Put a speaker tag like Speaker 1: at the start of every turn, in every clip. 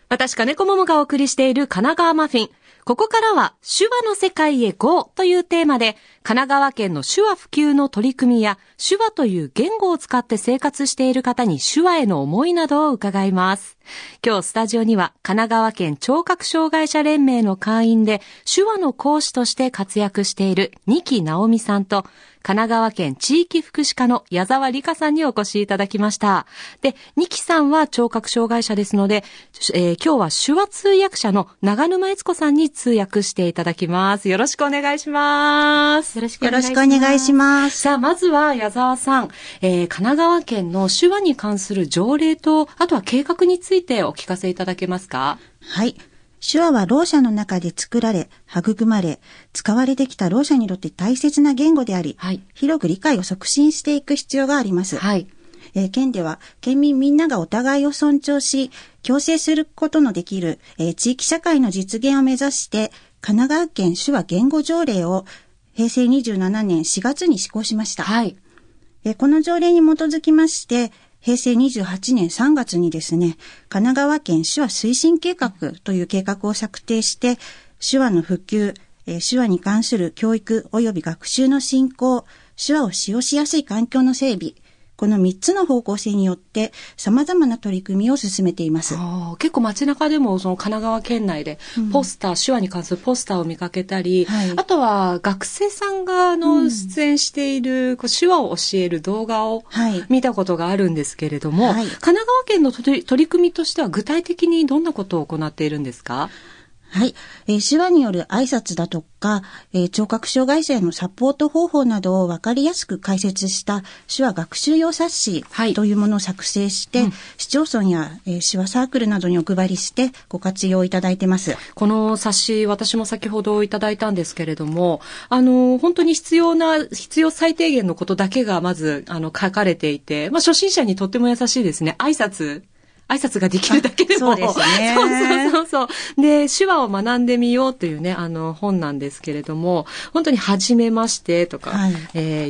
Speaker 1: 私、金子桃がお送りしている神奈川マフィン。ここからは手話の世界へ GO というテーマで、神奈川県の手話普及の取り組みや、手話という言語を使って生活している方に手話への思いなどを伺います。今日スタジオには神奈川県聴覚障害者連盟の会員で手話の講師として活躍している二木直美さんと、神奈川県地域福祉課の矢沢理香さんにお越しいただきました。で、二木さんは聴覚障害者ですので、今日は手話通訳者の長沼悦子さんに通訳していただきます。よろしくお願いします。
Speaker 2: よろしくお願いします。
Speaker 1: さあ、まずは矢沢さん、神奈川県の手話に関する条例と、あとは計画についてお聞かせいただけますか？
Speaker 2: はい。手話はろう者の中で作られ、育まれ、使われてきたろう者にとって大切な言語であり、はい、広く理解を促進していく必要があります。はい。県では、県民みんながお互いを尊重し、共生することのできる、地域社会の実現を目指して、神奈川県手話言語条例を平成27年4月に施行しました。はい。この条例に基づきまして、平成28年3月にですね、神奈川県手話推進計画という計画を策定して、手話の普及、手話に関する教育及び学習の進行、手話を使用しやすい環境の整備、この3つの方向性によって様々な取り組みを進めています。
Speaker 1: 結構街中でもその神奈川県内でポスター、手話に関するポスターを見かけたり、はい、あとは学生さんが出演している手話を教える動画を見たことがあるんですけれども、はい、神奈川県の取り組みとしては具体的にどんなことを行っているんですか？
Speaker 2: はい。手話による挨拶だとか、聴覚障害者へのサポート方法などを分かりやすく解説した手話学習用冊子というものを作成して、市町村や、手話サークルなどにお配りしてご活用いただいてます。
Speaker 1: この冊子、私も先ほどいただいたんですけれども、本当に必要最低限のことだけがまず、書かれていて、初心者にとっても優しいですね。挨拶ができるだけでも。
Speaker 2: そうですね。
Speaker 1: そう。で、手話を学んでみようというね、本なんですけれども、本当に初めましてとか、はい、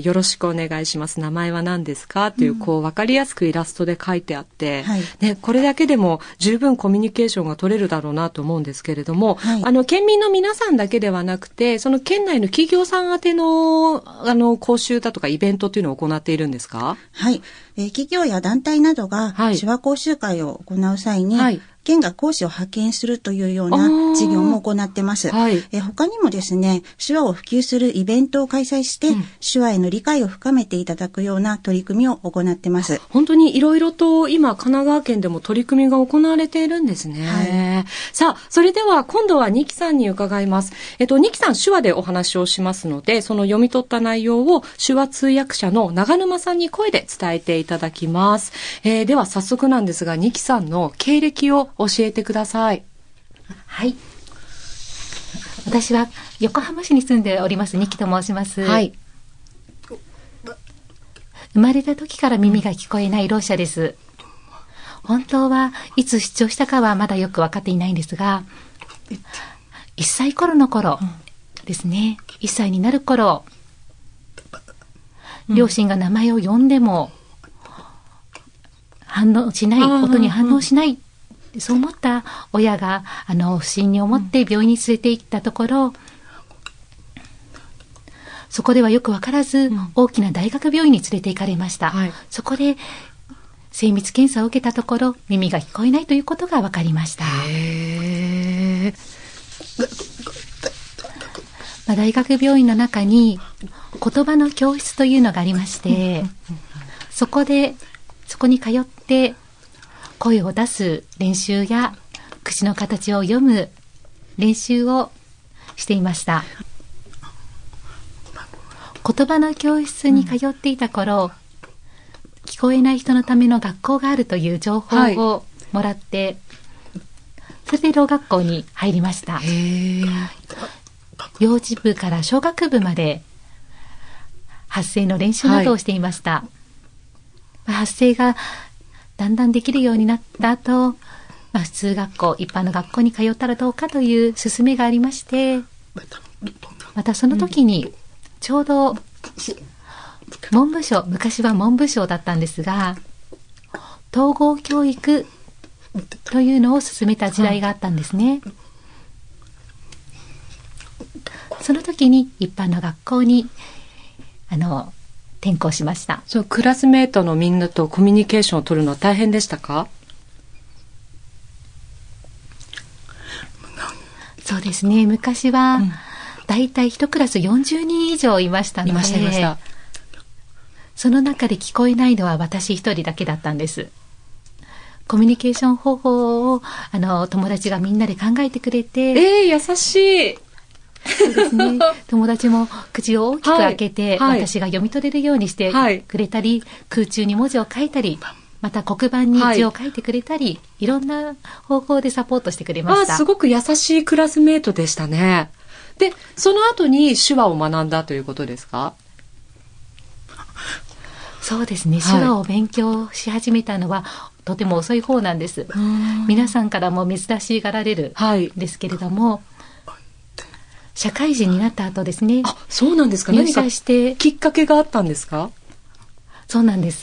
Speaker 1: よろしくお願いします。名前は何ですかっていう、わかりやすくイラストで書いてあって、はい、ね、これだけでも十分コミュニケーションが取れるだろうなと思うんですけれども、はい、県民の皆さんだけではなくて、その県内の企業さん宛ての、講習だとかイベントっていうのを行っているんですか？
Speaker 2: はい。企業や団体などが手話講習会を行う際に、はい、県が講師を派遣するというような事業も行ってます。はい、他にもですね、手話を普及するイベントを開催して、手話への理解を深めていただくような取り組みを行ってます。
Speaker 1: 本当にいろいろと今神奈川県でも取り組みが行われているんですね。はい、さあ、それでは今度は二木さんに伺います。二木さん手話でお話をしますので、その読み取った内容を手話通訳者の長沼さんに声で伝えていただきます。では早速なんですが、二木さんの経歴を教えてください。
Speaker 3: はい。私は横浜市に住んでおります二木と申します。はい。生まれた時から耳が聞こえないろう者です。本当はいつ出張したかはまだよく分かっていないんですが、1歳の頃ですね。1歳になる頃、両親が名前を呼んでも反応しない、音に反応しない。そう思った親が不審に思って病院に連れて行ったところ、そこではよくわからず、大きな大学病院に連れて行かれました。はい、そこで精密検査を受けたところ、耳が聞こえないということが分かりました。大学病院の中に言葉の教室というのがありまして、そこに通って声を出す練習や口の形を読む練習をしていました。言葉の教室に通っていた頃、聞こえない人のための学校があるという情報をもらって、それでろう学校に入りました。幼児部から小学部まで発声の練習などをしていました。発声がだんだんできるようになった後、普通学校、一般の学校に通ったらどうかという勧めがありまして、またその時にちょうど文部省、昔は文部省だったんですが、統合教育というのを進めた時代があったんですね。その時に一般の学校に転校しました。
Speaker 1: そう、クラスメートのみんなとコミュニケーションを取るのは大変でしたか？
Speaker 3: そうですね。昔は、だいたい一クラス40人以上いましたので、いました。その中で聞こえないのは私一人だけだったんです。コミュニケーション方法を友達がみんなで考えてくれて、
Speaker 1: 優しい。
Speaker 3: そうですね。友達も口を大きく開けて、私が読み取れるようにしてくれたり、空中に文字を書いたり、また黒板に字を書いてくれたり、いろんな方法でサポートしてくれました。
Speaker 1: すごく優しいクラスメートでしたね。で、その後に手話を学んだということですか？
Speaker 3: そうですね。手話を勉強し始めたのは、とても遅い方なんです。皆さんからも珍しがられるんですけれども、社会人になった後ですね。
Speaker 1: そうなんですか。
Speaker 3: 入社して
Speaker 1: きっかけがあったんですか？
Speaker 3: そうなんです。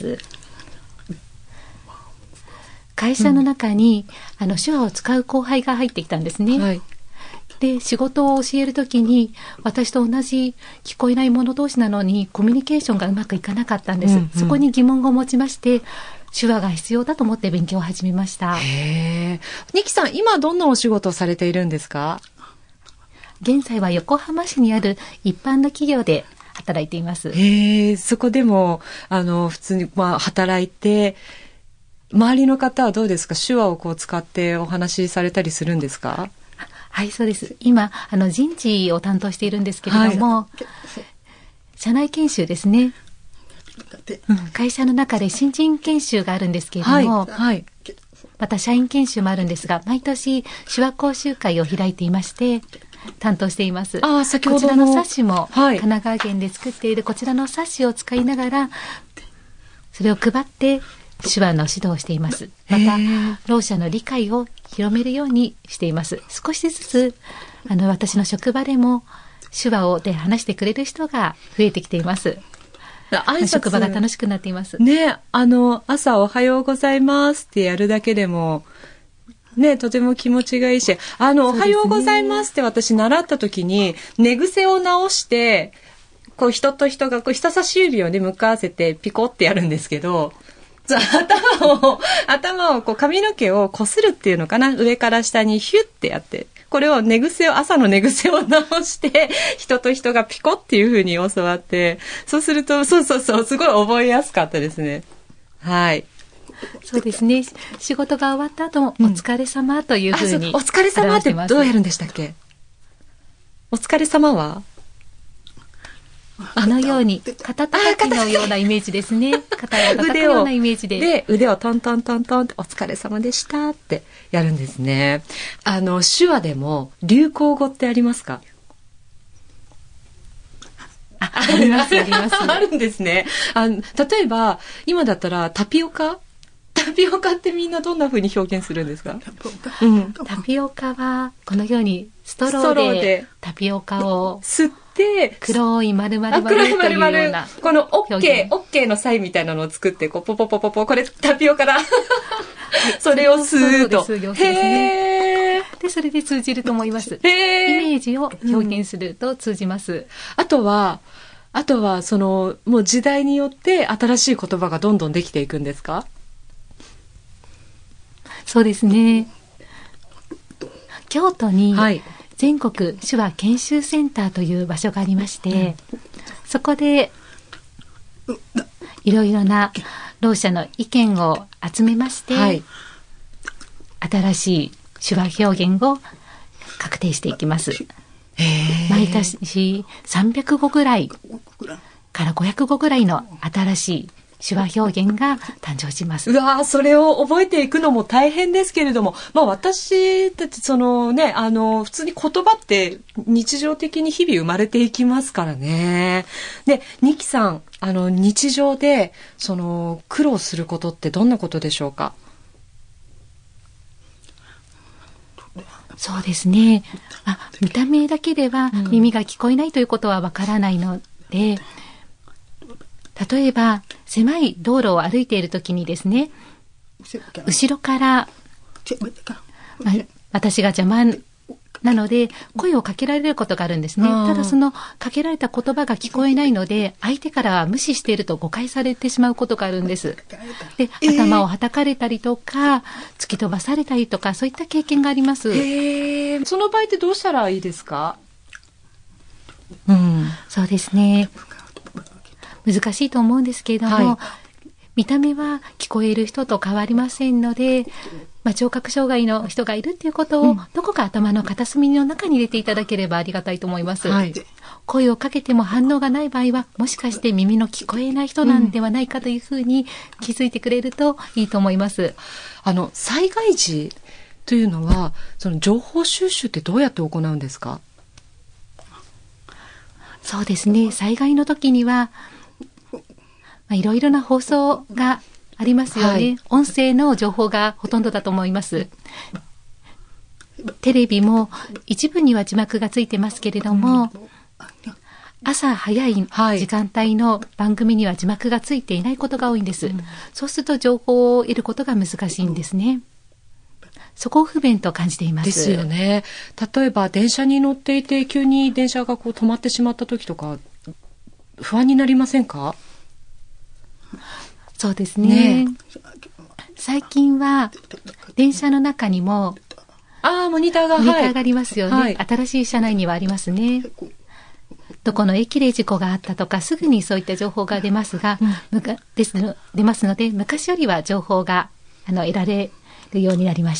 Speaker 3: 会社の中に、手話を使う後輩が入ってきたんですね。で、仕事を教えるときに、私と同じ聞こえない者同士なのに、コミュニケーションがうまくいかなかったんです。そこに疑問を持ちまして、手話が必要だと思って勉強を始めました。
Speaker 1: ニキさん、今どんなお仕事をされているんですか？
Speaker 3: 現在は横浜市にある一般の企業で働いています。
Speaker 1: そこでも、普通に、働いて、周りの方はどうですか？手話を使ってお話しされたりするんですか？
Speaker 3: はい、そうです。今、人事を担当しているんですけれども、社内研修ですね。会社の中で新人研修があるんですけれども、また社員研修もあるんですが、毎年手話講習会を開いていまして、担当しています。
Speaker 1: 先ほど
Speaker 3: こちらの冊子も、神奈川県で作っているこちらの冊子を使いながら、それを配って手話の指導をしています。また、ろう者の理解を広めるようにしています。少しずつ、私の職場でも手話で話してくれる人が増えてきています。職場が楽しくなっています。
Speaker 1: ね、朝おはようございますってやるだけでも、ね、とても気持ちがいいし、おはようございますって私習った時に、寝癖を直して、人と人が人差し指をね、向かわせてピコってやるんですけど、頭を髪の毛をこするっていうのかな、上から下にヒュッてやって、これを朝の寝癖を直して、人と人がピコっていう風に教わって、そうすると、すごい覚えやすかったですね。はい。
Speaker 3: そうですね。仕事が終わった後も、お疲れ様という風に、
Speaker 1: お疲れ様ってどうやるんでしたっけ？お疲れ様は
Speaker 3: ように、肩叩きのようなイメージですね。肩を叩くようなイメージで。
Speaker 1: で、腕をトントントントンって、お疲れ様でしたってやるんですね。手話でも流行語ってありますか？
Speaker 3: あります。
Speaker 1: あるんですね。例えば、今だったらタピオカってみんなどんな風に表現するんですか？
Speaker 3: タピオカは、このようにストローでタピオカを
Speaker 1: 吸って、
Speaker 3: 黒い丸々というような。
Speaker 1: このオッケーのサインみたいなのを作って、ポポポポポ、これタピオカだ。それを吸うと。
Speaker 3: で、それで通じると思います。イメージを表現すると通じます。
Speaker 1: あとは、もう時代によって新しい言葉がどんどんできていくんですか？
Speaker 3: そうですね。京都に全国手話研修センターという場所がありまして、そこでいろいろなろう者の意見を集めまして、新しい手話表現を確定していきます。毎年300語ぐらいから500語ぐらいの新しい手話表現が誕生します。
Speaker 1: それを覚えていくのも大変ですけれども、私たち普通に言葉って日常的に日々生まれていきますからね。で、ニキさん、日常で苦労することってどんなことでしょうか？
Speaker 3: そうですね。見た目だけでは耳が聞こえないということはわからないので、例えば狭い道路を歩いているときにですね、後ろから私が邪魔なので、声をかけられることがあるんですね。ただそのかけられた言葉が聞こえないので、相手からは無視していると誤解されてしまうことがあるんです。で、頭をはたかれたりとか、突き飛ばされたりとか、そういった経験があります。
Speaker 1: その場合ってどうしたらいいですか？
Speaker 3: そうですね。難しいと思うんですけれども、見た目は聞こえる人と変わりませんので、聴覚障害の人がいるっていうことを、どこか頭の片隅の中に入れていただければありがたいと思います。声をかけても反応がない場合は、もしかして耳の聞こえない人なんではないかというふうに気づいてくれるといいと思います。
Speaker 1: 災害時というのは、その情報収集ってどうやって行うんですか？
Speaker 3: そうですね。災害の時には、いろいろな放送がありますよね。音声の情報がほとんどだと思います。テレビも一部には字幕がついてますけれども、朝早い時間帯の番組には字幕がついていないことが多いんです。そうすると情報を得ることが難しいんですね。そこを不便と感じています。
Speaker 1: ですよね。例えば電車に乗っていて急に電車が止まってしまった時とか不安になりませんか？
Speaker 3: そうですね。最近は電車の中にも
Speaker 1: モニターが
Speaker 3: ありますよね。新しい車内にはありますね。どこの駅で事故があったとかすぐにそういった情報が出ますが、出ますので昔よりは情報が得られるようになりました。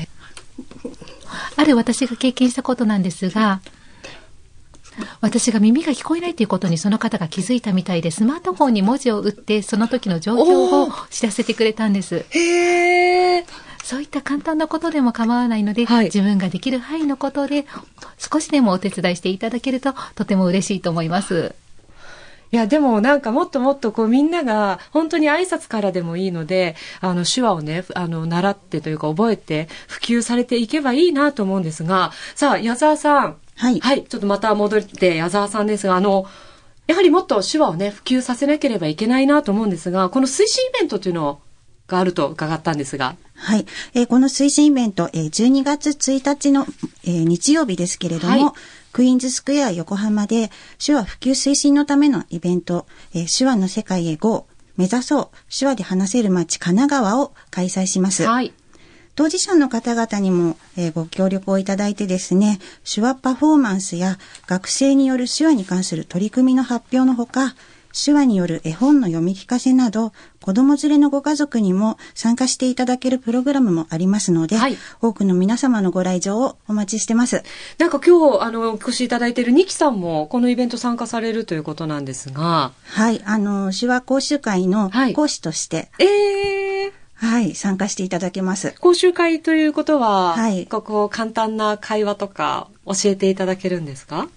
Speaker 3: ある私が経験したことなんですが、私が耳が聞こえないということにその方が気づいたみたいで、スマートフォンに文字を打ってその時の状況を知らせてくれたんです。そういった簡単なことでも構わないので、自分ができる範囲のことで少しでもお手伝いしていただけるととても嬉しいと思います。
Speaker 1: いやでもなんかもっともっとみんなが本当に挨拶からでもいいので手話をね習ってというか覚えて普及されていけばいいなと思うんですが、さあ矢沢さん、ちょっとまた戻って矢沢さんですがやはりもっと手話をね普及させなければいけないなと思うんですが、この推進イベントというのがあると伺ったんですが。
Speaker 2: この推進イベント、12月1日の、日曜日ですけれども、クイーンズスクエア横浜で手話普及推進のためのイベント、手話の世界へ GO! 目指そう手話で話せる街神奈川を開催します。当事者の方々にも、ご協力をいただいてですね、手話パフォーマンスや学生による手話に関する取り組みの発表のほか、手話による絵本の読み聞かせなど、子供連れのご家族にも参加していただけるプログラムもありますので、多くの皆様のご来場をお待ちしてます。
Speaker 1: なんか今日お越しいただいているニキさんもこのイベント参加されるということなんですが、
Speaker 2: 手話講習会の講師として、参加していただけます。
Speaker 1: 講習会ということは、ここ簡単な会話とか教えていただけるんですか？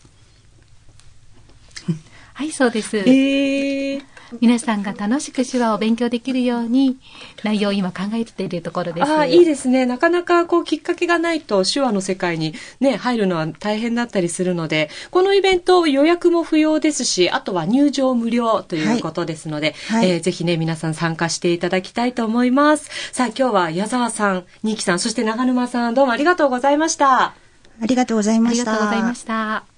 Speaker 3: はい、そうです。皆さんが楽しく手話を勉強できるように内容を今考えているところです。
Speaker 1: いいですね。なかなかきっかけがないと手話の世界にね入るのは大変だったりするので、このイベント予約も不要ですし、あとは入場無料ということですので、ぜひね皆さん参加していただきたいと思います。さあ今日は矢沢さん、ニキさん、そして長沼さん、どうもありがとうございました。
Speaker 2: ありがとうございました。
Speaker 3: ありがとうございました。